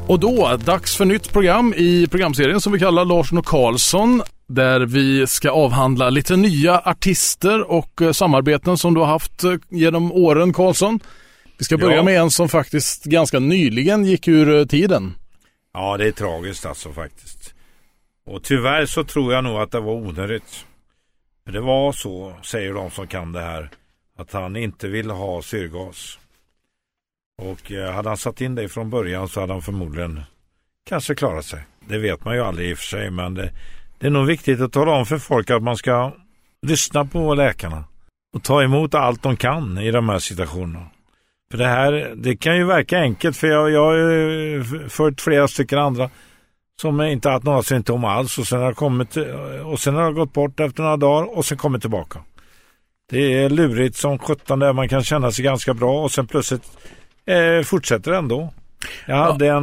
Och då, dags för nytt program i programserien som vi kallar Larsson och Karlsson, där vi ska avhandla lite nya artister och samarbeten som du har haft genom åren, Karlsson. Vi ska börja med en som faktiskt ganska nyligen gick ur tiden. Ja, det är tragiskt alltså faktiskt. Och tyvärr så tror jag nog att det var onödigt. Det var så, säger de som kan det här, att han inte ville ha syrgas. Och hade han satt in det från början så hade han förmodligen kanske klarat sig. Det vet man ju aldrig i och för sig, men det är nog viktigt att tala om för folk att man ska lyssna på läkarna och ta emot allt de kan i de här situationerna. För det kan ju verka enkelt, för jag har fört flera stycken andra som inte haft några symptom alls och sen har det gått bort efter några dagar och sen kommit tillbaka. Det är lurigt som 17 där man kan känna sig ganska bra och sen plötsligt fortsätter ändå. Jag hade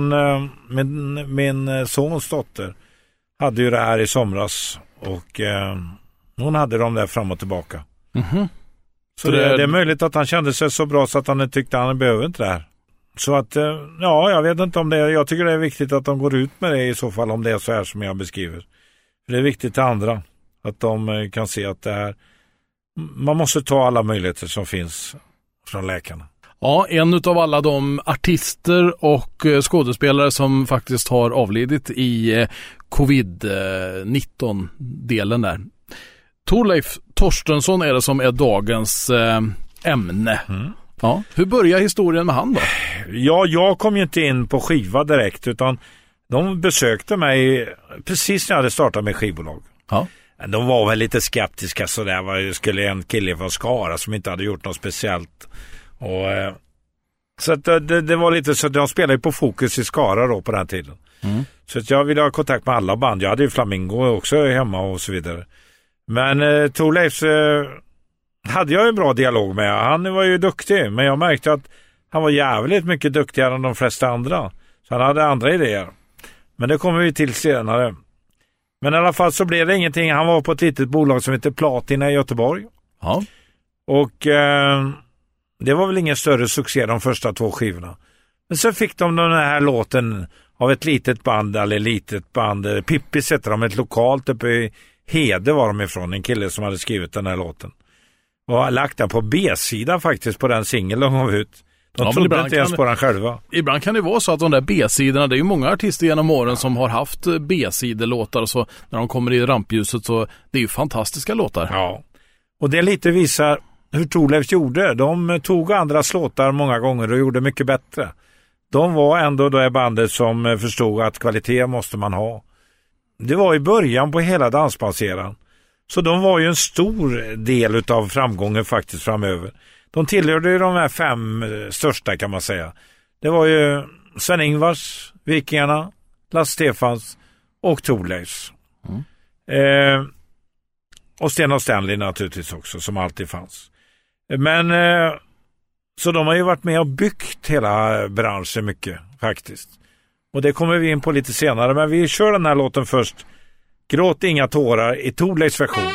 min sons dotter hade ju det här i somras och hon hade dem där fram och tillbaka. Mm-hmm. Så det är möjligt att han kände sig så bra så att han tyckte att han behöver inte det här. Så att, jag vet inte om det. Jag tycker det är viktigt att de går ut med det i så fall, om det är så här som jag beskriver. För det är viktigt till andra att de kan se att det här, man måste ta alla möjligheter som finns från läkarna. Ja, en av alla de artister och skådespelare som faktiskt har avlidit i covid-19-delen där. Thorleif Torstensson är det som är dagens ämne. Mm. Ja. Hur börjar historien med han då? Ja, jag kom ju inte in på skiva direkt, utan de besökte mig precis när jag hade startat med skivbolag. Ja. De var väl lite skeptiska sådär. Skulle en kille från Skara som inte hade gjort något speciellt. Och, så att det var lite så att jag spelade på Fokus i Skara då på den tiden. Mm. Så att jag ville ha kontakt med alla band. Jag hade ju Flamingo också hemma och så vidare. Men Thorleif hade jag en bra dialog med. Han var ju duktig, men jag märkte att han var jävligt mycket duktigare än de flesta andra. Så han hade andra idéer. Men det kommer vi till senare. Men i alla fall så blev det ingenting. Han var på ett litet bolag som heter Platina i Göteborg. Ja. Och det var väl ingen större succé de första 2 skivorna. Men så fick de den här låten av ett litet band. Pippis heter de, ett lokalt uppe i Hede var de ifrån. En kille som hade skrivit den här låten. Och har lagt den på B-sidan faktiskt på den singeln de gav ut. De trodde inte ens på den själva. Ibland kan det vara så att de där B-sidorna, det är ju många artister genom åren som har haft B-sidelåtar och så när de kommer i rampljuset så det är ju fantastiska låtar. Ja, och det lite visar hur Thorleif gjorde. De tog andras låtar många gånger och gjorde mycket bättre. De var ändå det bandet som förstod att kvalitet måste man ha. Det var i början på hela dansbandseran. Så de var ju en stor del av framgången faktiskt framöver. De tillhörde ju de här 5 största kan man säga. Det var ju Sven-Ingvars, Vikingarna, Lasse Stefans och Thorleifs. Mm. Och Sten och Stanley naturligtvis också, som alltid fanns. Men så de har ju varit med och byggt hela branschen mycket faktiskt. Och det kommer vi in på lite senare, men vi kör den här låten först. Gråt inga tårar i Thorleifs version.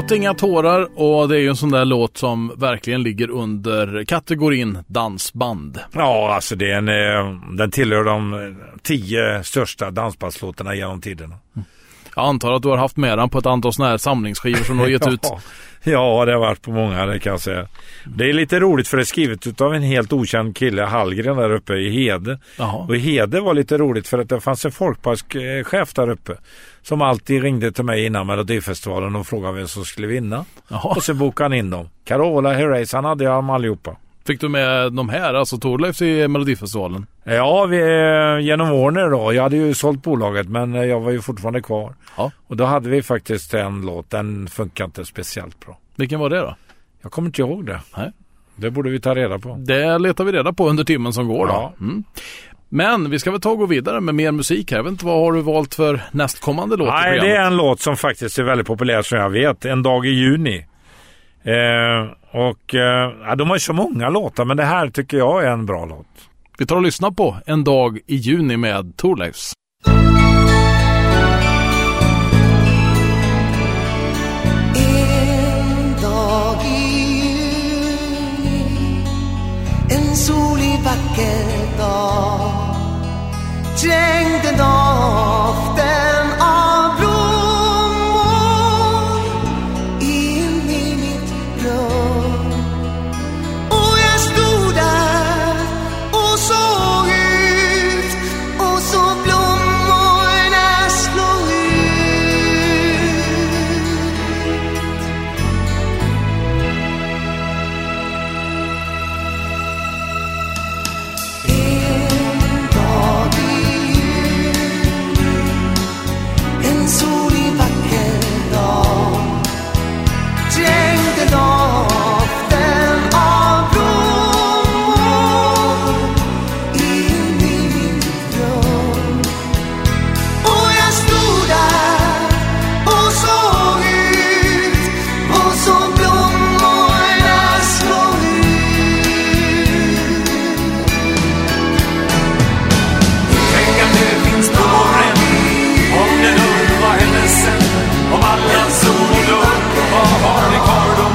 Gråt inga tårar, och det är ju en sån där låt som verkligen ligger under kategorin dansband. Ja, alltså den tillhör de 10 största dansbandslåtarna genom tiderna. Jag antar att du har haft med den på ett antal såna här samlingsskivor som du har gett ut. Ja, det har varit på många, det kan jag säga. Det är lite roligt för det är skrivet av en helt okänd kille, Hallgren, där uppe i Hede. Jaha. Och i Hede var lite roligt för att det fanns en folkparkschef där uppe som alltid ringde till mig innan Melodifestivalen och frågade vem som skulle vinna. Jaha. Och så bokade han in dem. Carola, Herreys, han hade dem allihopa. Fick du med de här, alltså Thorleifs i Melodifestivalen? Ja, genom Warner då. Jag hade ju sålt bolaget, men jag var ju fortfarande kvar. Ja. Och då hade vi faktiskt en låt. Den funkar inte speciellt bra. Vilken var det då? Jag kommer inte ihåg det. Nej. Det borde vi ta reda på. Det letar vi reda på under timmen som går då. Ja. Mm. Men vi ska väl ta och gå vidare med mer musik här. Jag vet inte, vad har du valt för nästkommande låt? Nej, det är en låt som faktiskt är väldigt populär som jag vet. En dag i juni. De har ju så många låtar, men det här tycker jag är en bra låt. Vi tar och lyssnar på En dag i juni med Thorleifs. En dag i juni, en solig vacker dag, trängde doften av blommor in i mitt rum. Och jag stod där och såg ut, och så blommorna slog ut. En dag i juni, en solig vacker dag, trängde doften av blommor in i mitt rum. Och jag stod där och såg ut, och så blommorna slog ut. Tänk att det finns tåren, om den var händelsen, om alla sol och lugn, vad har ni kvar då?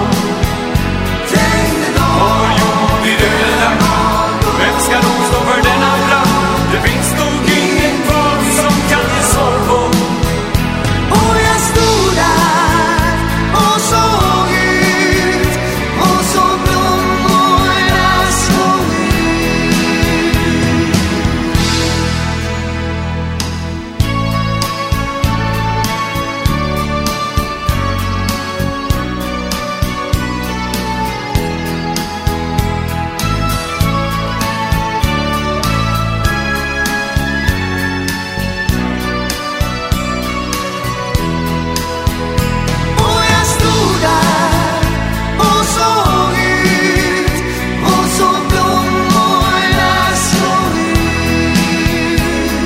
Var jord vid döda, vem ska nog stå för den andra? Det finns nog ingen kvar som kan ge svar på. Och jag stod där och såg ut, och så blommorna slog ut. Och jag stod där och såg ut, och så blommorna slog ut.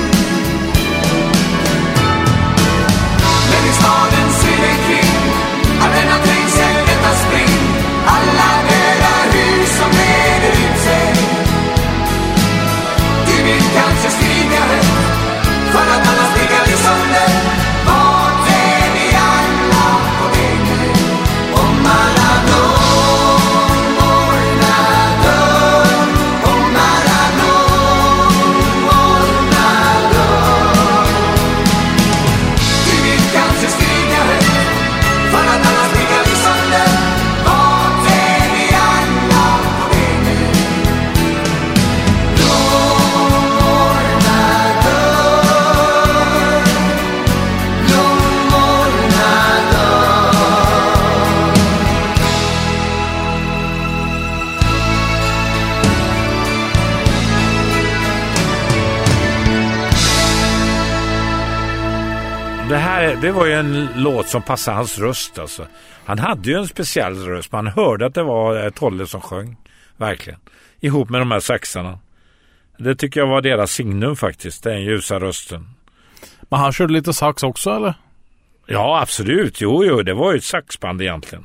Men i staden ser det kring, all denna trängsel, detta spring, alla döda hus som breder ut sig. Du vill kanske stiga rätt, för att alla stigar blir sönder. Vart är vi alla på väg nu? Om alla blommorna dör, om alla blommorna dör. Du vill kanske stiga rätt, för att alla stigar blir sönder. Vart är vi alla på väg nu? Blommorna dör, blommorna dör. Det var ju en låt som passade hans röst alltså. Han hade ju en speciell röst, man hörde att det var Tolle som sjöng, verkligen, ihop med de här saxarna. Det tycker jag var deras signum faktiskt, den ljusa rösten. Men han körde lite sax också, eller? Ja, absolut. Jo, det var ju ett saxband egentligen.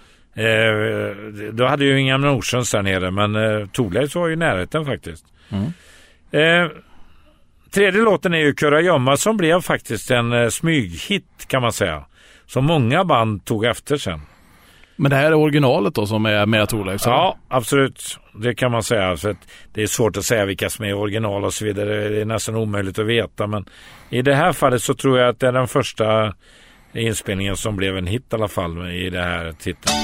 Då hade ju inga Norsens där nere, men Thorleifs var ju i närheten faktiskt. Tredje låten är ju Kurragömma, som blev faktiskt en smyghit kan man säga. Som många band tog efter sen. Men det här är originalet då som är med Thorleifs? Ja, absolut. Det kan man säga. Så att det är svårt att säga vilka som är original och så vidare. Det är nästan omöjligt att veta. Men i det här fallet så tror jag att det är den första inspelningen som blev en hit i alla fall i det här titeln.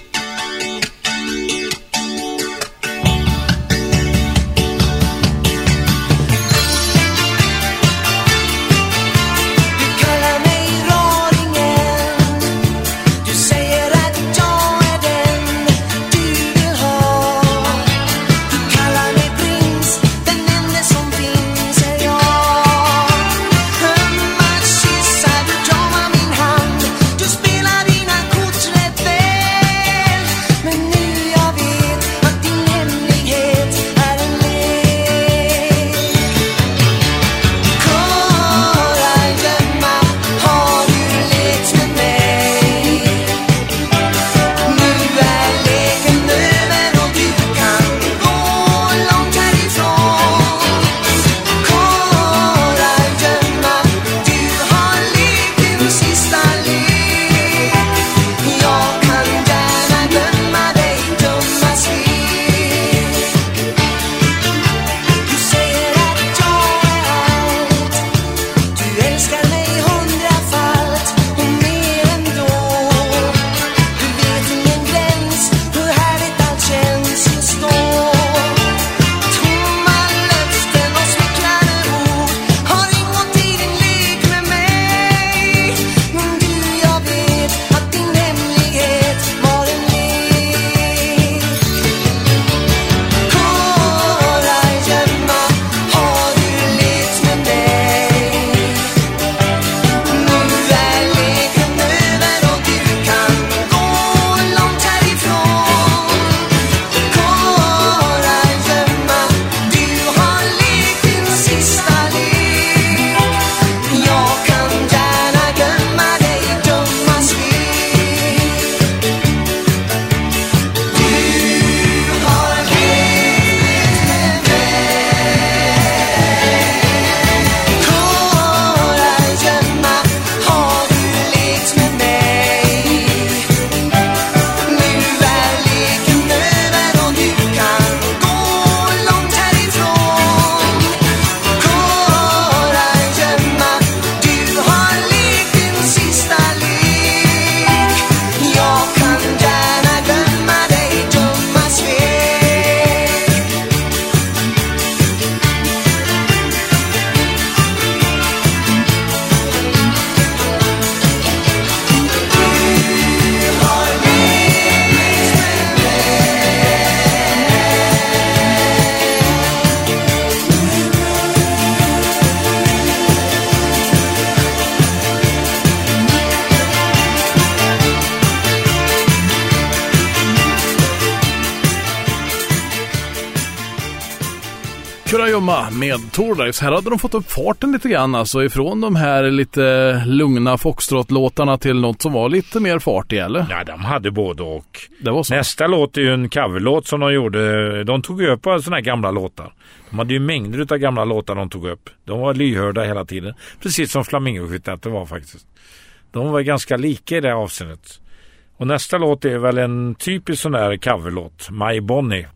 Kurragömma med Thorleifs. Här hade de fått upp farten lite grann, alltså ifrån de här lite lugna foxtrot-låtarna till något som var lite mer fart i, eller? Ja, de hade både och. Det var så. Nästa låt är ju en coverlåt som de gjorde. De tog ju upp sådana här gamla låtar. De hade ju mängder av gamla låtar de tog upp. De var lyhörda hela tiden. Precis som Flamingoskyttet det var faktiskt. De var ganska lika i det avseendet. Och nästa låt är väl en typisk sån där coverlåt. My Bonnie.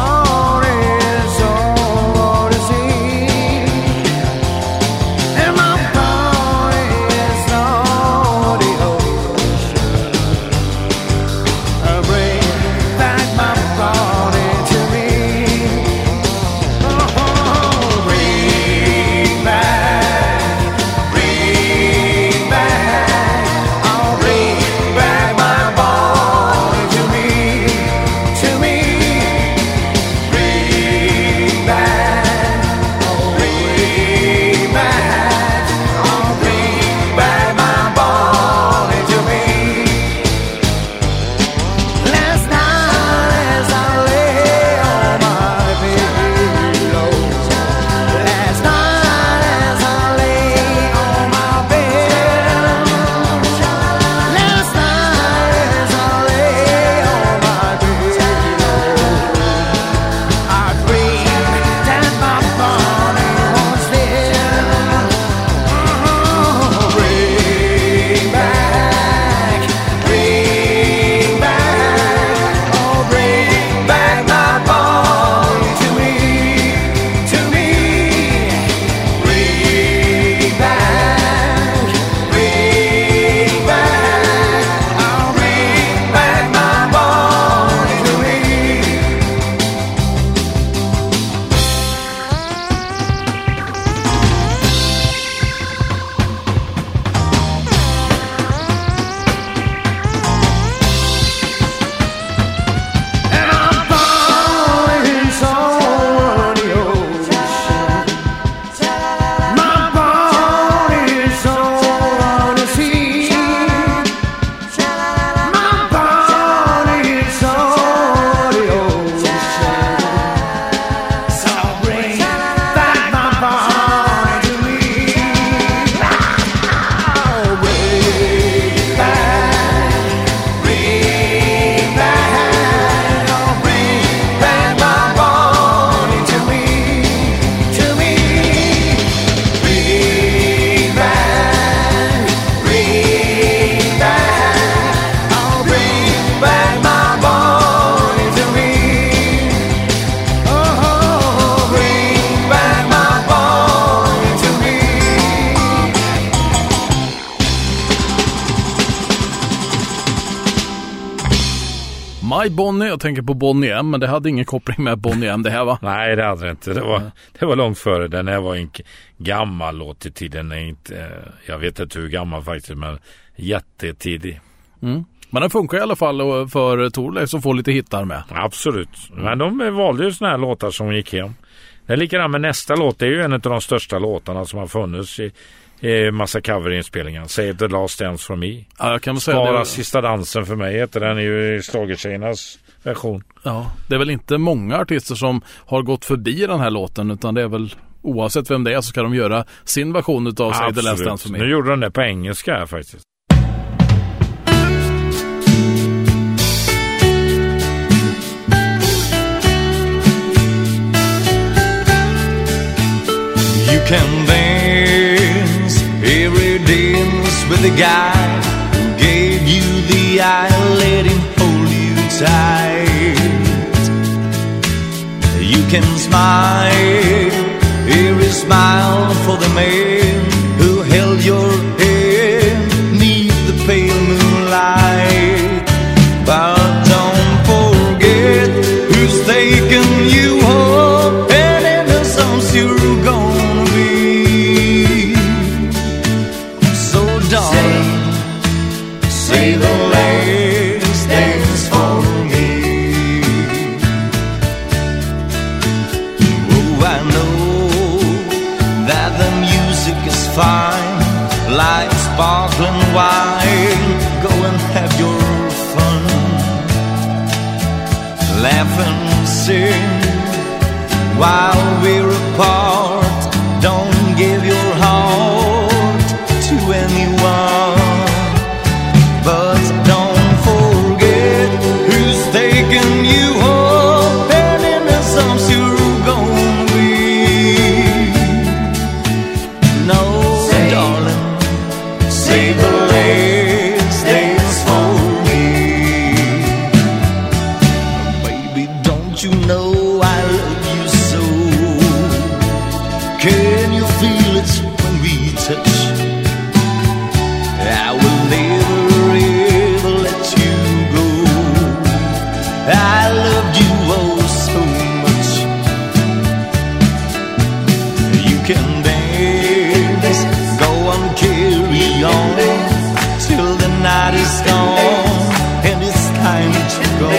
Am I My Bonnie, jag tänker på Bonnie M, men det hade ingen koppling med Bonnie M det här, va? Nej, det hade det inte. Det var långt före. Den här var en gammal låt i tiden. Inte, jag vet inte hur gammal faktiskt, men jättetidig. Men den funkar i alla fall för Thorleif som får lite hittar med. Absolut. Men de valde ju såna här låtar som gick hem. Det är likadant med nästa låt. Det är ju en av de största låtarna som har funnits i massa coverinspelningar. Save the Last Dance for Me. Ja, jag kan väl säga Spara det. sista dansen för mig heter den ju i Schlagertjejernas version. Ja, det är väl inte många artister som har gått förbi den här låten, utan det är väl oavsett vem det är så ska de göra sin version av Save the Last Dance for Me. Nu gjorde de det på engelska här faktiskt. You can dance every dance with the guy who gave you the eye, let him hold you tight. You can smile every smile for the man who held your hand neath the pale moonlight. But don't forget who's taken you home, and in the songs you're gonna be. So darling, say the last dance for me. Oh, I know that the music is fine, like sparkling wine. Go and have your fun, laugh and sing while we're apart. Don't give your heart to anyone, but don't forget who's taken you home, and in the songs you're gonna be. No, darling, save the last dance for me. Baby, don't you know I love you so? Can you feel it when we touch? I will never ever let you go. I loved you oh so much. You can dance, go on, carry on till the night is gone and it's time to go.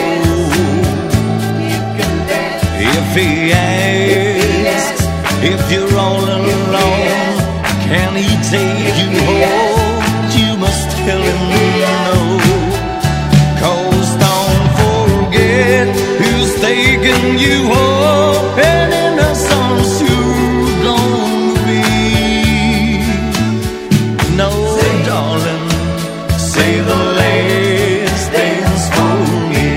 If he asks if you're all alone, can he take you home? You must tell him no. 'Cause don't forget who's taking you home, and in the songs you're gonna be. No, darling, say the last dance for me.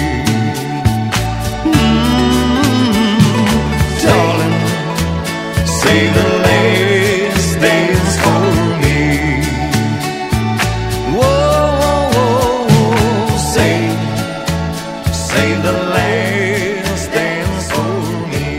Darling, say the last dance for me. Whoa, say the last dance for me.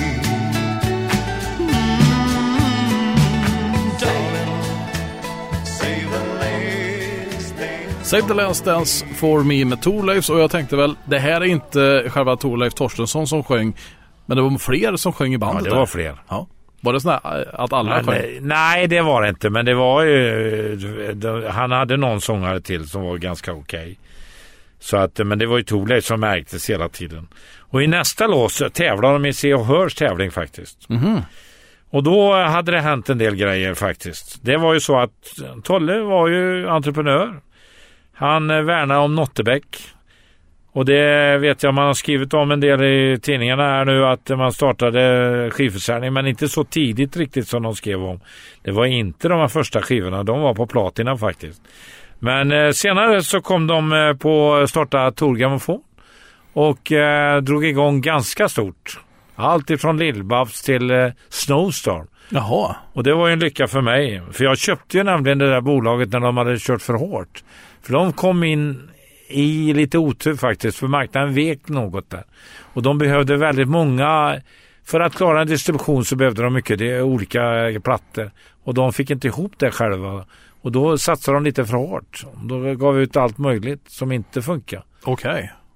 Darling, say the last dance. Save the Last Dance for Me med Thorleifs, och jag tänkte väl, det här är inte själva Thorleif Torstensson som sjöng, men det var fler som sjöng i bandet. Ja, det var fler. Ja. Var det sån här att alla sjöng? Nej, det var det inte, men det var ju, han hade någon sångare till som var ganska okej. Så att, men det var ju Thorleif som märktes hela tiden. Och i nästa lås tävlade de i Se och Hörs tävling faktiskt. Och då hade det hänt en del grejer faktiskt. Det var ju så att Tolle var ju entreprenör. Han värnade om Nottebäck. Och det vet jag, man har skrivit om en del i tidningarna här nu, att man startade skivförsäljning, men inte så tidigt riktigt som de skrev om. Det var inte de här första skivorna, de var på platina faktiskt. Men senare så kom de på att starta Tor Grammofon och drog igång ganska stort. Allt ifrån Lill-Babs till Snowstorm. Jaha. Och det var ju en lycka för mig, för jag köpte ju nämligen det där bolaget när de hade kört för hårt. För de kom in i lite otur faktiskt, för marknaden vek något där. Och de behövde väldigt många, för att klara en distribution så behövde de mycket, det är olika plattor. Och de fick inte ihop det själva. Och då satsade de lite för hårt. Då gav ut allt möjligt som inte funkar. Okej.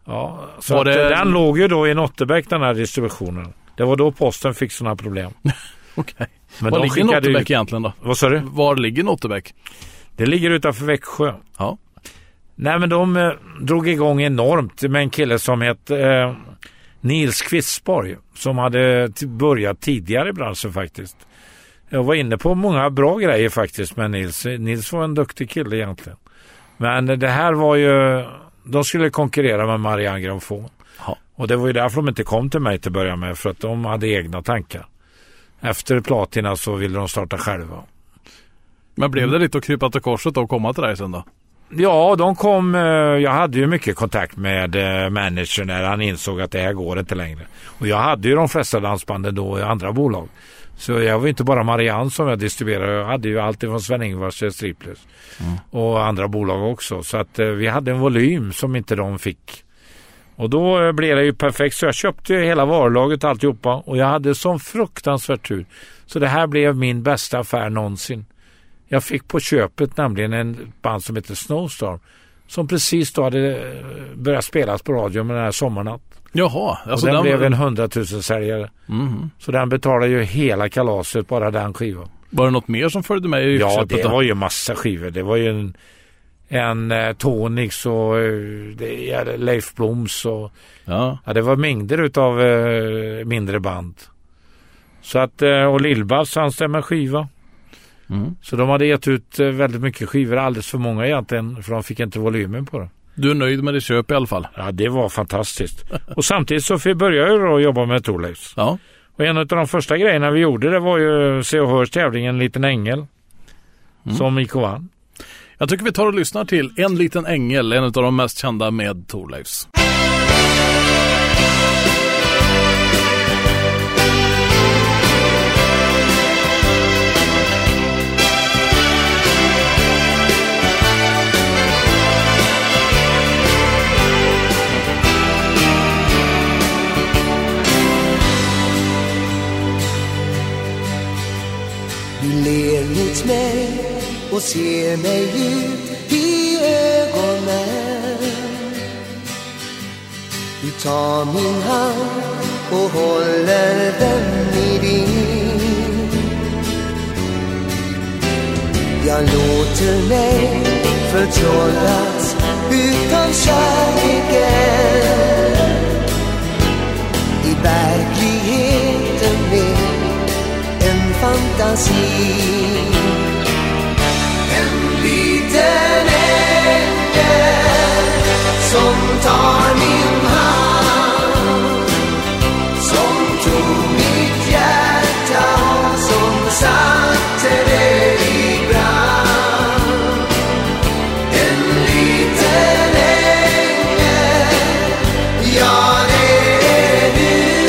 Ja, så den låg ju då i Nottebäck, den här distributionen. Det var då posten fick sådana problem. Okej. Var ligger Nottebäck egentligen då? Vad sa du? Var ligger Nottebäck? Det ligger utanför Växjö. Ja. Nej, men de drog igång enormt med en kille som hette Nils Kvistborg, som hade börjat tidigare i branschen faktiskt. Jag var inne på många bra grejer faktiskt med Nils. Nils var en duktig kille egentligen. Men det här var ju... De skulle konkurrera med Marianne Gramfon. Ja. Och det var ju därför de inte kom till mig till att börja med. För att de hade egna tankar. Efter Platina så ville de starta själva. Men blev det lite att krypa till korset och komma till dig sen då? Ja, de kom... Jag hade ju mycket kontakt med managern när han insåg att det här går inte längre. Och jag hade ju de flesta dansbanden då i andra bolag. Så jag var inte bara Marianne som jag distribuerade. Jag hade ju alltid från Sven-Ingvars Striplers. Och andra bolag också. Så att vi hade en volym som inte de fick. Och då blev det ju perfekt. Så jag köpte hela varulaget alltihopa. Och jag hade sån fruktansvärt tur. Så det här blev min bästa affär någonsin. Jag fick på köpet nämligen en band som heter Snowstorm. Som precis då hade börjat spelas på radio med den här Sommarnatt. Jaha. Alltså och den blev en 100 000 säljare. Så den betalade ju hela kalaset, bara den skivan. Var det något mer som följde med i Ja, köpet det då? var ju massa skivor. Det var ju en Tonix och Leif Bloms och ja, det var mängder utav mindre band. Så att, och Lill-Babs anstämde skiva. Så de hade gett ut väldigt mycket skivor, alldeles för många egentligen, för de fick inte volymen på det. Du är nöjd med det köp i alla fall? Ja, det var fantastiskt. Och samtidigt så började jag då jobba med Thorleifs. Ja. Och en av de första grejerna vi gjorde, det var ju C&H:s tävling En liten ängel som IK vann. Jag tycker vi tar och lyssnar till En liten ängel, en av de mest kända med Thorleifs. Du ler mot mig och ser mig ut i ögonen. Du tar min hand och håller den i din. Jag låter mig förtrollas utan kärleken. I verkligheten med en fantasi. En liten ängel som tar min hand, som tog mitt hjärta, som satte det i brand. En liten ängel, ja det är du.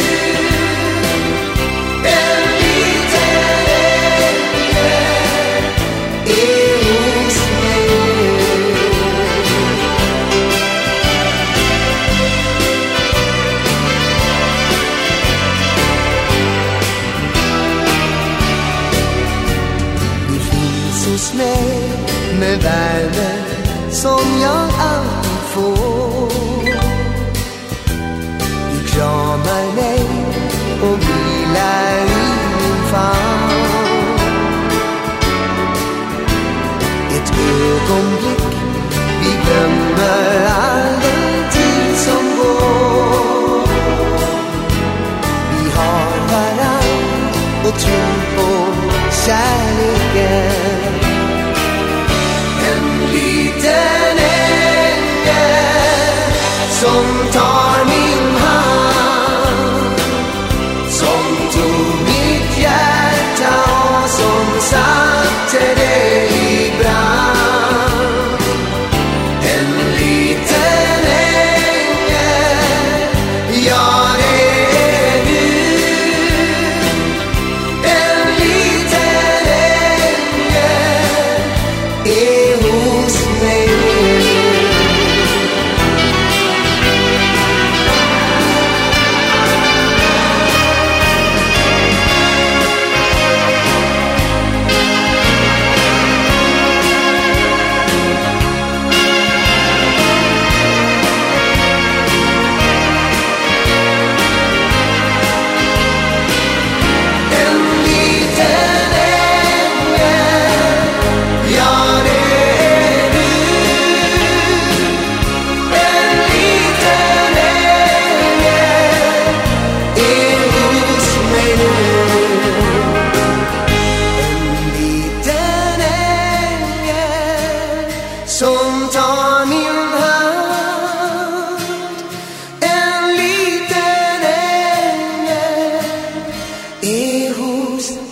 Med värme som jag alltid får. Du kramar mig och vilar i min famn. Ett ögonblick, vi glömmer all den tid som går. Vi har varann och tror på kärleken. En ängel som tar min hand, som tog mitt hjärta och som satte det i brand. En liten ängel, ja det är du. En liten ängel är hos mig.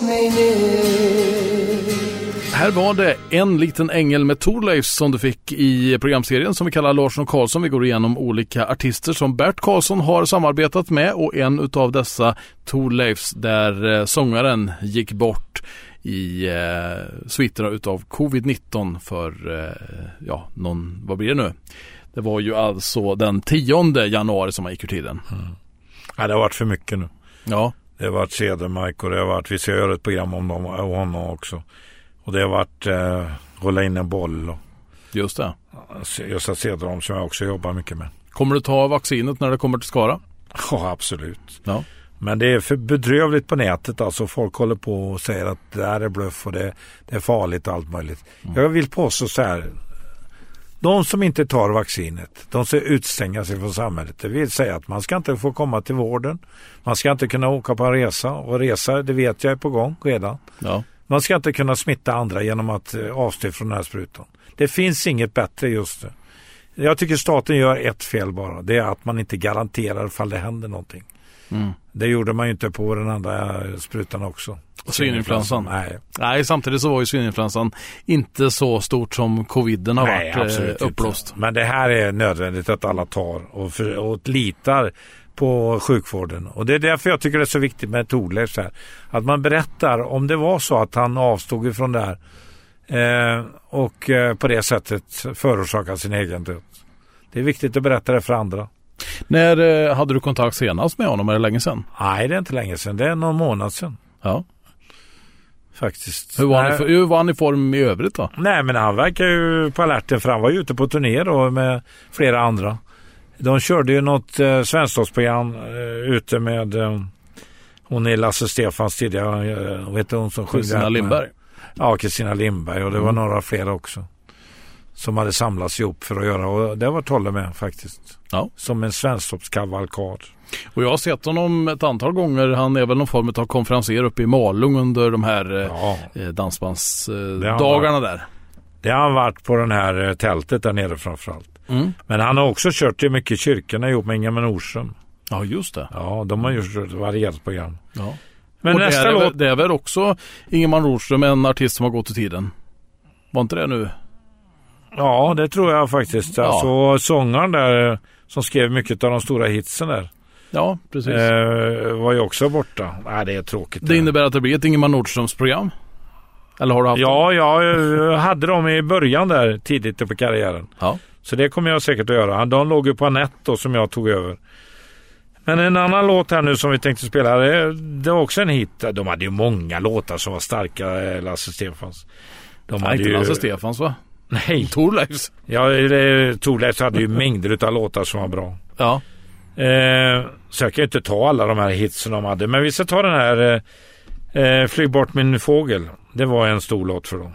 mig nu. Här var det En liten ängel med Thorleifs som du fick i programserien som vi kallar Larsson och Karlsson. Vi går igenom olika artister som Bert Karlsson har samarbetat med, och en utav dessa Thorleifs där sångaren gick bort i sviterna utav covid-19 för vad blir det nu? Det var ju alltså den 10 januari som han gick ur tiden. Ja, det har varit för mycket nu. Ja. Det har varit Cedermark och det har varit, vi ska göra ett program om dem och honom också. Och det har varit rulla in en boll. Och just det. Just att se dem som jag också jobbar mycket med. Kommer du ta vaccinet när det kommer till Skara? Ja, absolut. Ja. Men det är för bedrövligt på nätet. Alltså folk håller på och säger att det här är bluff och det är farligt och allt möjligt. Jag vill påstå så här. De som inte tar vaccinet, de ska utstänga sig från samhället. Det vill säga att man ska inte få komma till vården. Man ska inte kunna åka på en resa. Och resa, det vet jag är på gång redan. Ja. Man ska inte kunna smitta andra genom att avstå från den här sprutan. Det finns inget bättre just det. Jag tycker staten gör ett fel bara. Det är att man inte garanterar ifall det händer någonting. Det gjorde man ju inte på den andra sprutan också. Svininfluensan. Nej, samtidigt så var ju svininfluensan inte så stort som coviden har varit uppblåst. Inte. Men det här är nödvändigt att alla tar och litar på sjukvården. Och det är därför jag tycker det är så viktigt med Thorleifs här. Att man berättar om det var så att han avstod ifrån det här och på det sättet förorsakar sin egen död. Det är viktigt att berätta det för andra. När hade du kontakt senast med honom? Är det länge sedan? Nej, det är inte länge sedan. Det är någon månad sedan. Ja. Faktiskt. Hur var han i form i övrigt då? Nej, men han verkar ju på alerten, för han var ju ute på turné då med flera andra. De körde ju något svensktoppsprogram ute med hon är Lasse Stefans tidigare, vet du hon som sjunger? Kristina Lindberg. Ja, Kristina Lindberg, och det var några fler också som hade samlats ihop för att göra, och det var Tolle med faktiskt. Ja. Som en svensktoppskavalkad. Och jag har sett honom ett antal gånger. Han är väl någon form av konferenser uppe i Malung under de här dansbandsdagarna där. Det har han varit på den här tältet där nere framförallt. Men han har också kört till mycket kyrkorna ihop med Ingemar Nordström. Ja, just det. Ja, de har gjort ett varierat program. Ja. Men nästa låt... det är väl också Ingemar Nordström, en artist som har gått i tiden. Var inte det nu? Ja, det tror jag faktiskt. Ja. Alltså sångaren där som skrev mycket av de stora hitsen där. Ja, precis. Var ju också borta. Nej, det är tråkigt. Det innebär att det blir ett Ingemar Nordströms program? Eller har du haft jag hade dem i början där tidigt på karriären. Ja. Så det kommer jag säkert att göra. De låg ju på Anette då som jag tog över. Men en annan låt här nu som vi tänkte spela, det var också en hit. De hade ju många låtar som var starka, Lasse Stefans. Lasse Stefans va? Nej. Thorleifs. Ja, Thorleifs hade ju mängder av låtar som var bra. Ja. Så jag kan ju inte ta alla de här hitsen de hade. Men vi ska ta den här Flyg bort min fågel. Det var en stor låt för dem.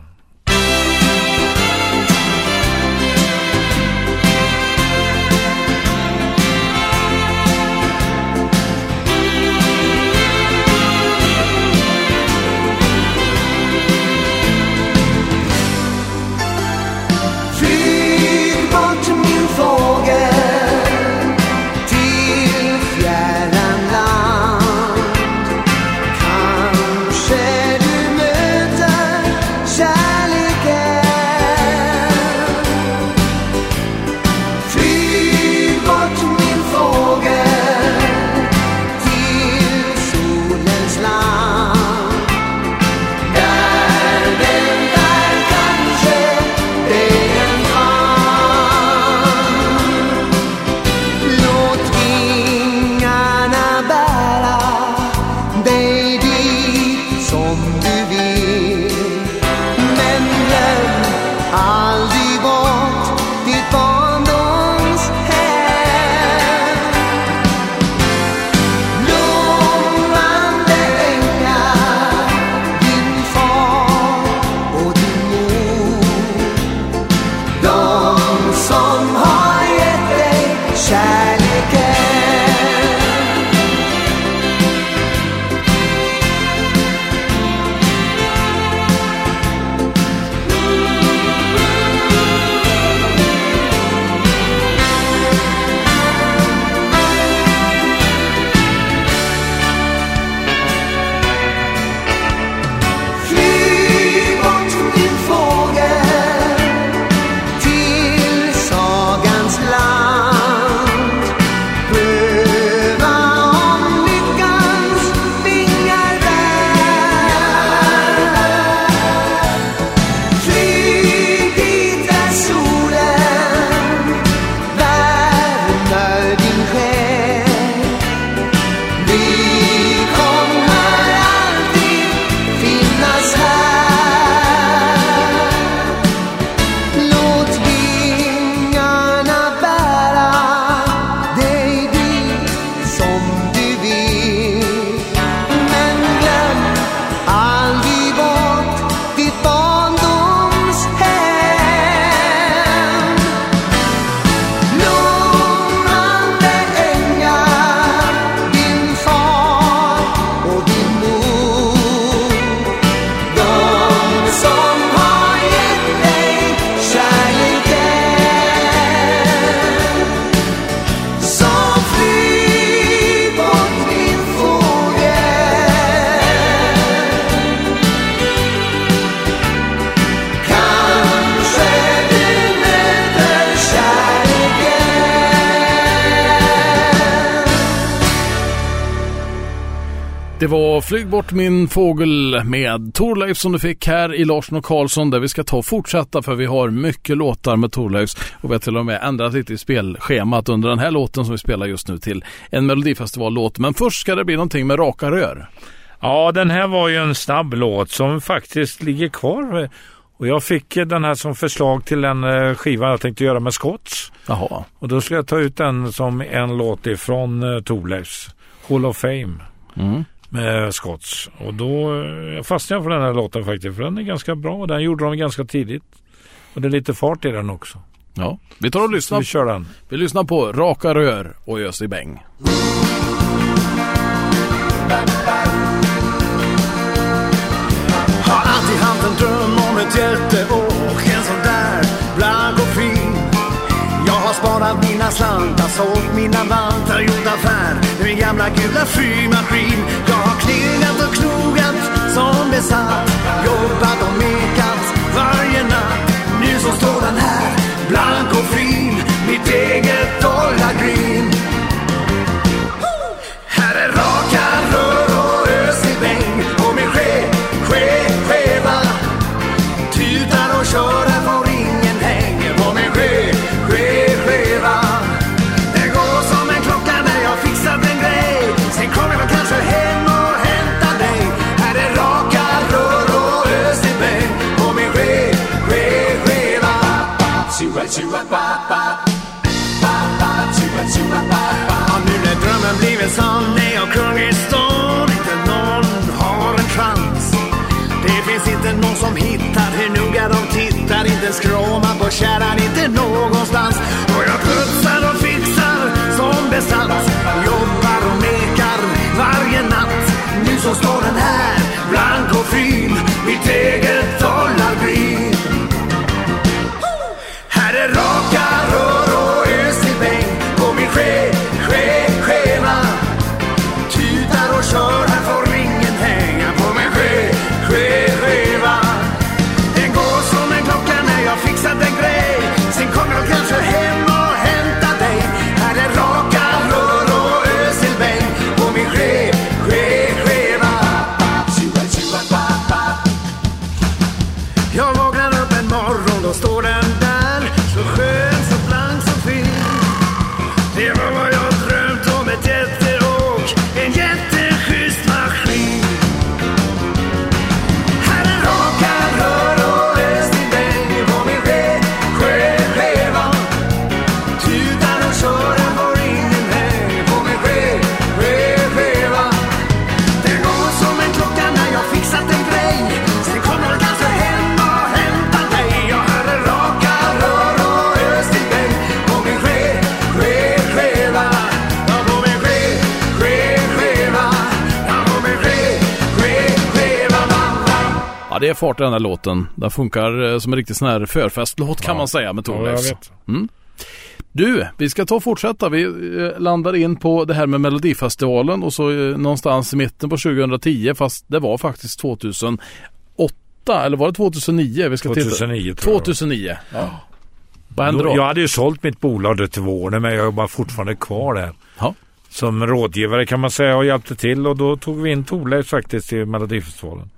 Det var Flyg bort min fågel med Thorleif som du fick här i Larsson och Karlsson, där vi ska ta och fortsätta, för vi har mycket låtar med Thorleifs och vi har till och med ändrat lite i spelschemat under den här låten som vi spelar just nu till en Melodifestivallåt. Men först ska det bli någonting med Raka rör. Ja, den här var ju en snabb låt som faktiskt ligger kvar. Och jag fick den här som förslag till en skiva jag tänkte göra med Scotts. Jaha. Och då skulle jag ta ut den som en låt ifrån Thorleifs Hall of Fame med Scotts. Och då fastnade jag för den här låten faktiskt, för den är ganska bra. Den gjorde de ganska tidigt. Och det är lite fart i den också. Ja, vi tar och lyssnar. Så vi kör den. Vi lyssnar på Raka rör och Ös i bäng. Har alltid haft en dröm om ett jätteåk, en sån där blank och fin. Jag har sparat mina slantar, sålt mina vantar, gjort affär med min gamla gula flymaskin. Jag har klingat och knogat som besatt, jobbat och mekat varje natt. Nu så står den här, blank och fin, mitt eget dollargreen. Här är raka rör och ös i bäng, och min skeva tutar och kör, här får ingen häng på min skeva. Det går som en klocka när jag fixat en grej, sen kommer jag kanske hem och hämtar dig. Här är raka rör och ös i bäng, på min skeva. Och nu när drömmen blivit sann är jag kung i stan, inte någon har en chans. Det finns inte någon som hittar hur noga de tittar, inte skråma på kärran, inte någonstans. Och jag putsar och fixar som besatt, jobbar och mekar varje natt. Nu så står den här, blank och fin, mitt eget dollargreen. Här är raka rör och ös i bäng, på min skeva tutar och kör, här får ingen hänga på min skeva. Den går som en klocka när jag fixat en grej, sen kommer jag kanske hem och hämtar dig. Här är raka rör och ös i bäng, på min skeva. Jag vaknar upp en morgon, då står den där, så skön, så blank, så fin. Det var vad jag drömt om, ett jätteåk, en jätteschysst maskin. Här är raka rör och ös i bäng, på min skeva tutar och kör, här får ingen häng på min skeva. Det går som en klocka när jag fixat en grej, sen kommer jag kanske hem och hämtar dig. Ja, här är raka rör och ös i bäng, på min skeva. Ja, på min skeva. Ja, på min skeva. Ja, det är fart i den här låten. Den funkar som en riktigt sån här förfestlåt kan man säga med Thorleifs. Du, vi ska ta och fortsätta. Vi landar in på det här med Melodifestivalen och så någonstans i mitten på 2010, fast det var faktiskt 2008, eller var det 2009? Vi ska 2009 titta. 2009. Ja. Vad hände då? Jag hade ju sålt mitt bolag till våren, men jag jobbar fortfarande kvar där. Ja. Som rådgivare kan man säga, och hjälpte till, och då tog vi in Thorleif faktiskt till Melodifestivalen.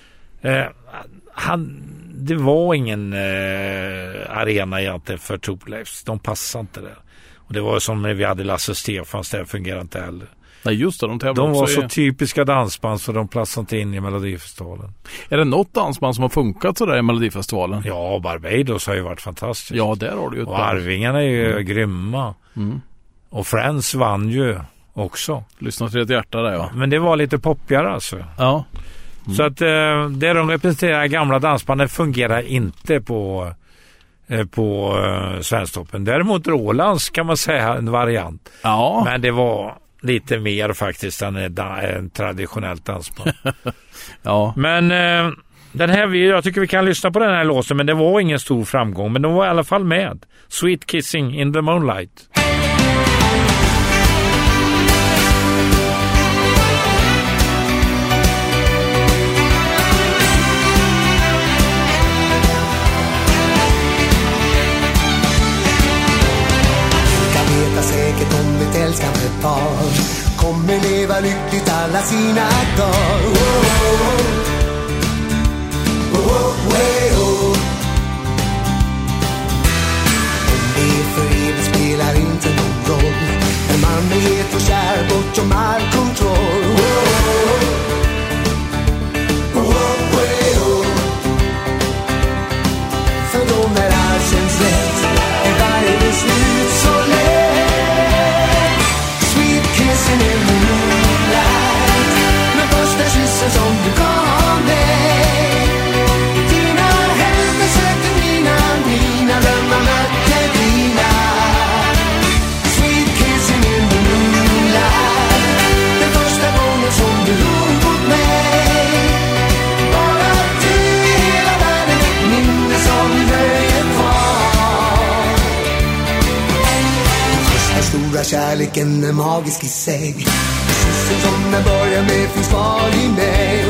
Det var ingen arena egentligen för Thorleifs. De passade inte där. Och det var som när vi hade Lasse Stefans, det fungerade inte heller. Nej, just det. De var så typiska dansband så de platsade inte in i Melodifestivalen. Är det något dansband som har funkat så där i Melodifestivalen? Ja, Barbados har ju varit fantastiskt. Ja, där har du ju ett och Arvingarna är ju grymma. Och Friends vann ju också. Lyssna till ett hjärta där, ja. Men det var lite poppigare alltså. Ja. Så att det de representerar gamla dansbanden fungerar inte på Svensktoppen. Däremot Rolands kan man säga en variant. Ja. Men det var lite mer faktiskt än en traditionellt dansband. Ja. Men den här, jag tycker vi kan lyssna på den här låten, men det var ingen stor framgång. Men de var i alla fall med. Sweet Kissing in the Moonlight. Säkert om ett älskande par kommer leva lyckligt alla sina dagar. Om det är för evigt spelar inte någon roll. En man är het och kär bortom all kontroll. För då när allt känns rätt är varje beslut så lätt. Sweet kissing in the moonlight. Men första kyssen som du gav mig. Dina händer sökte mina drömmar mötte dina. Sweet kissing in the moonlight. Den första gången som du låg mot mig. Bara du i hela världen, ett minne som dröjer kvar. Den första stora kärleken är magisk i sig. Kyssen som den börjar med finns kvar i mig.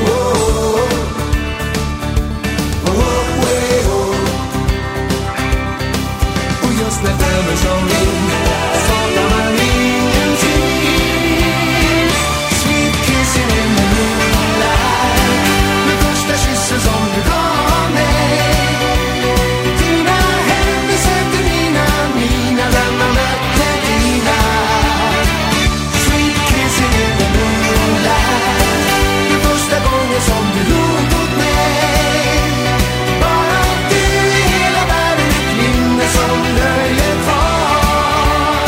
Och just när drömmen slår in saknar man ingenting. Sweet kissing in the moonlight. Den första kyssen som du gav mig. Dina händer sökte mina drömmar mötte dina. Sweet kissing in the moonlight. Den första gången som du låg mot mig. Bara du i hela världen, ett minne som dröjer kvar.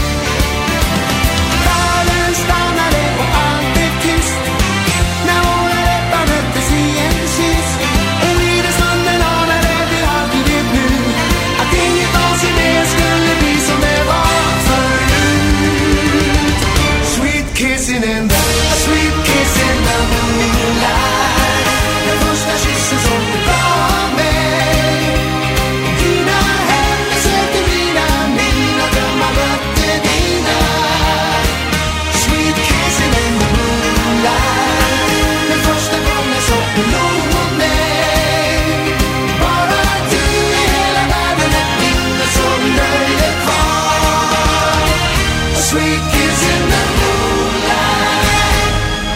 Världen stannade och allt blev tyst när våra läppar möttes i en kyss. Och i den stunden anade vi alltid vet nu att inget av sig mer skulle bli som det var förut. Sweet kissing in the moonlight. Den första kyssen som du gav mig. Dina händer sökte mina drömmar mötte dina. Sweet kissing in the moonlight. Den första gången som du låg mot mig. Bara du i hela världen, ett minne som dröjer kvar. Sweet kissing the moonlight.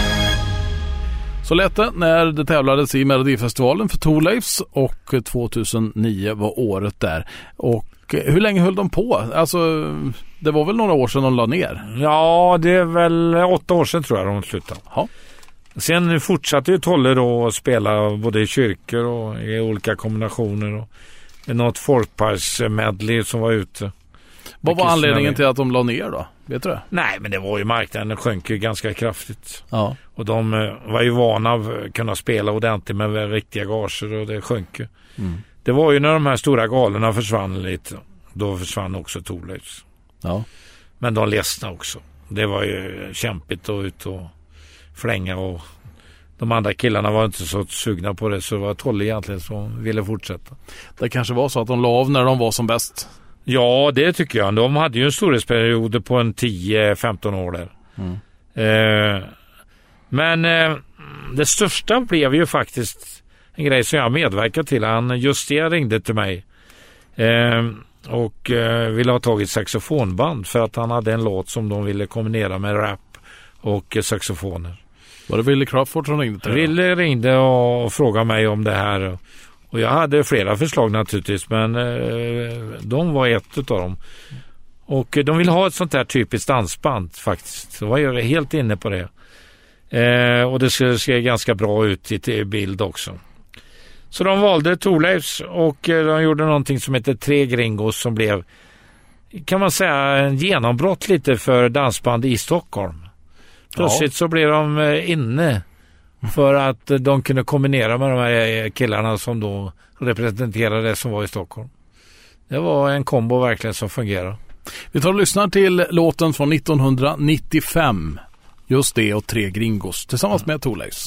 Så lät det när det tävlades i Melodifestivalen för Thorleifs och 2009 var året där. Och hur länge höll de på? Alltså, det var väl några år sedan de la ner? Ja, det är väl 8 år sedan tror jag de slutade. Ja. Sen fortsatte ju Tolle då att spela både i kyrkor och i olika kombinationer och något folkparksmedley som var ute. Vad var anledningen till att de la ner då? Vet du det? Nej, men det var ju marknaden sjönk ju ganska kraftigt. Ja. Och de var ju vana att kunna spela ordentligt med riktiga gager och det sjönk ju. Mm. Det var ju när de här stora galorna försvann lite. Då försvann också Thorleifs. Ja. Men de ledsna också. Det var ju kämpigt att ut och flänga och de andra killarna var inte så sugna på det, så det var Tolle egentligen som ville fortsätta. Det kanske var så att de la av när de var som bäst. Ja, det tycker jag. De hade ju en storhetsperiod på en 10-15 år där. Mm. Men det största blev ju faktiskt en grej som jag medverkade till. Just det ringde till mig och ville ha tagit saxofonband för att han hade en låt som de ville kombinera med rap och saxofoner. Var det Willie Crawford som ringde till dig? Willie ringde och frågade mig om det här. Och jag hade flera förslag naturligtvis, men de var ett utav dem. Och de ville ha ett sånt här typiskt dansband faktiskt. Så var jag helt inne på det. Och det ser ganska bra ut i bild också. Så de valde Thorleifs och de gjorde någonting som heter Tre Gringos som blev, kan man säga, en genombrott lite för dansband i Stockholm. Plötsligt så blev de inne för att de kunde kombinera med de här killarna som då representerade det som var i Stockholm. Det var en kombo verkligen som fungerar. Vi tar och lyssnar till låten från 1995. Just det och Tre Gringos tillsammans med Thorleifs.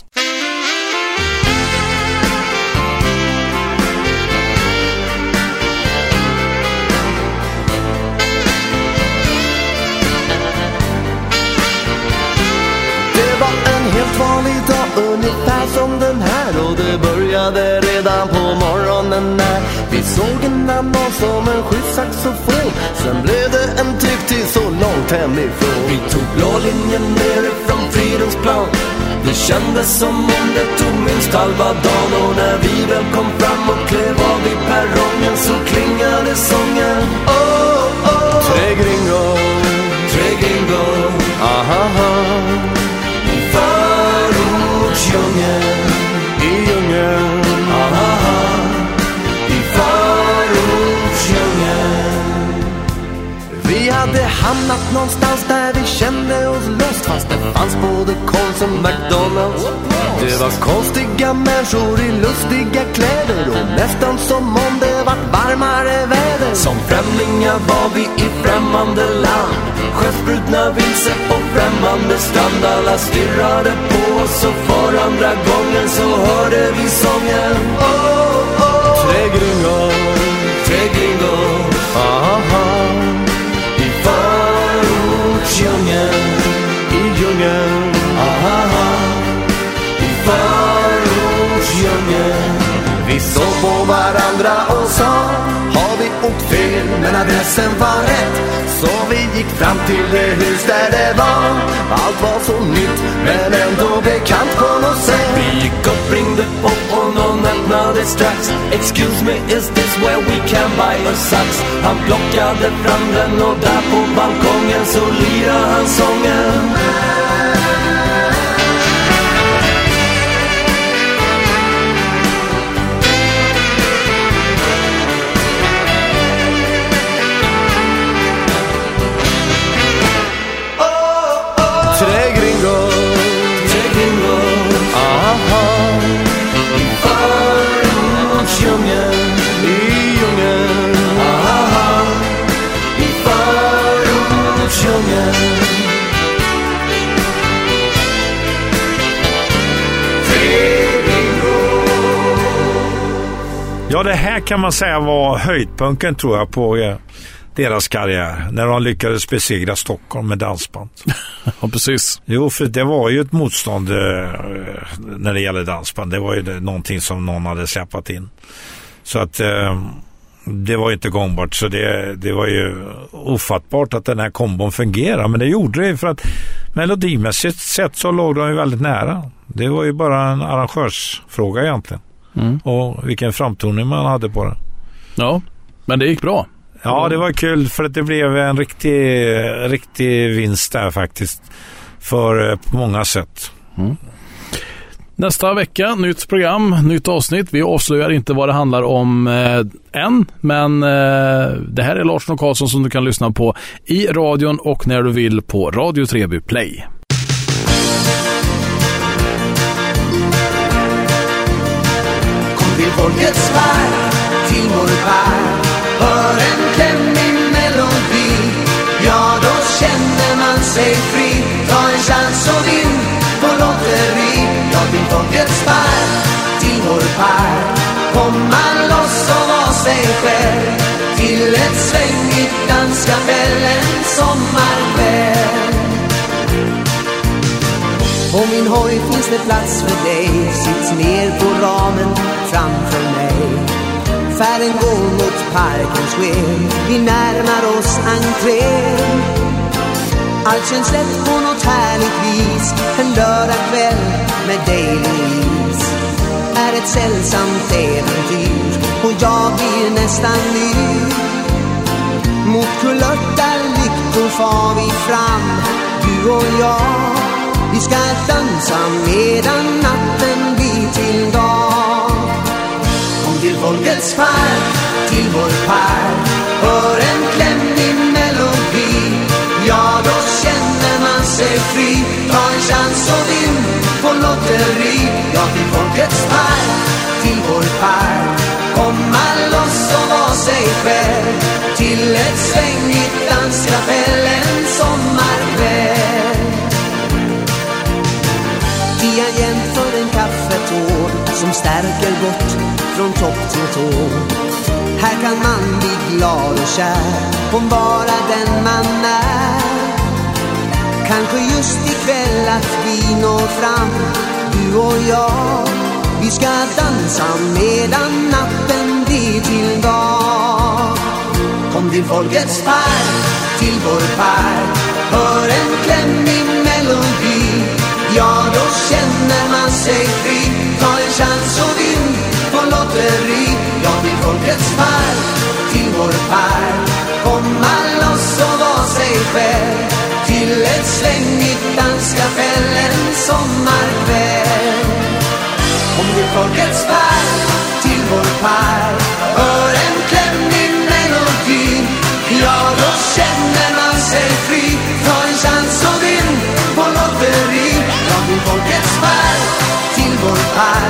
Det var en helt vanlig dag, ungefär som den här. Och det började redan på morgonen när vi såg en annan som en skyddssaxofon. Sen blev det en trip till så långt hemifrån. Vi tog blå linjen nerifrån Fridhemsplan. Det kändes som om det tog minst halva dagen. Och när vi väl kom fram och klev av vid perrongen så klingade sången. Oh, oh, tre gringo, ahaha. I förortsdjungeln, i djungeln, ahaha. I förortsdjungeln. Vi hade hamnat någonstans där vi kände oss lost. Fast det fanns både Konsum och McDonalds. Det var konstiga människor i lustiga kläder. Och nästan som om det var varmare väder. Som främlingar var vi i främmande land. Sjösprutna vilse på främmande strand. Alla stirrade på oss och för andra gången så hörde vi sången. Oh, oh, tre gringo, aha. I förortsdjungeln, i djungeln, aha. I förortsdjungeln. Vi såg på varandra och sa, har vi åkt fel men adressen var rätt. Så vi gick fram till det hus där det var. Allt var så nytt men ändå bekant på något sätt. Vi gick upp, ringde på och någon öppnade strax. Excuse me, is this where we can buy a sax? Han plockade fram den och där på balkongen så lirade han sången. Tre gringo, aha. I förortsdjungeln, i djungeln, aha. I förortsdjungeln. Tre gringo. Ja, det här kan man säga var höjdpunkten tror jag på deras karriär, när de lyckades besegra Stockholm med dansband. Ja, precis. Jo, för det var ju ett motstånd när det gäller dansband. Det var ju någonting som någon hade släppt in. Så att det var ju inte gångbart. Så det var ju ofattbart att den här kombon fungerar. Men det gjorde det för att melodimässigt sett så låg de ju väldigt nära. Det var ju bara en arrangörsfråga egentligen. Och vilken framtoning man hade på det. Ja, men det gick bra. Ja, det var kul för att det blev en riktig vinst där faktiskt. På många sätt. Nästa vecka, nytt program, nytt avsnitt. Vi avslöjar inte vad det handlar om än, men det här är Larsson och Karlsson som du kan lyssna på i radion och när du vill på Radio Treby Play. Kom till folkets värld, till vår värld. Hör en klämmig melodi. Ja, då känner man sig fri. Ta en chans och vinn på lotteri. Ja, till folkets värld, till vår park. Kom man loss och var sig själv. Till ett svängigt danskapell en sommarkväll. På min hoj finns det plats för dig. Sitt ner på ramen framför mig. Färden går mot parkens sken. Vi närmar oss entrén. Allt känns lätt på något härligt vis. En lördagkväll med dig Louise är ett sällsamt äventyr. Och jag blir nästan ny. Mot kulörta lyktor far vi fram. Du och jag. Vi ska dansa medan natten blir till dag. Kom till folkets park, till vår park. Hör en klämmig melodi. Ja, då känner man sig fri. Ta en chans och vinn på lotteri. Ja, till folkets park, till vår park. Komma loss och vara sig själv. Till ett svängigt danskapell en sommarkväll. Diagent för en kaffetår som stärker gott från topp till tå. Här kan man bli glad och kär om bara den man är. Kanske just ikväll att vi når fram, du och jag. Vi ska dansa medan natten blir blir till dag. Kom till folkets park, till vår park, hör en klämmig melodi. Ja, då känner man sig fri, ta en chans och vinn på lotteri. Ja, till folkets park, till vår park, komma loss och vara sig själv, till ett svängigt danskapell en sommarkväll. Kom till folkets park, till vår park, hör en klämmig melodi. Ja, då känner man sig fri, ta en chans och vinn på lotteri. Ja, till folkets park, till vår park,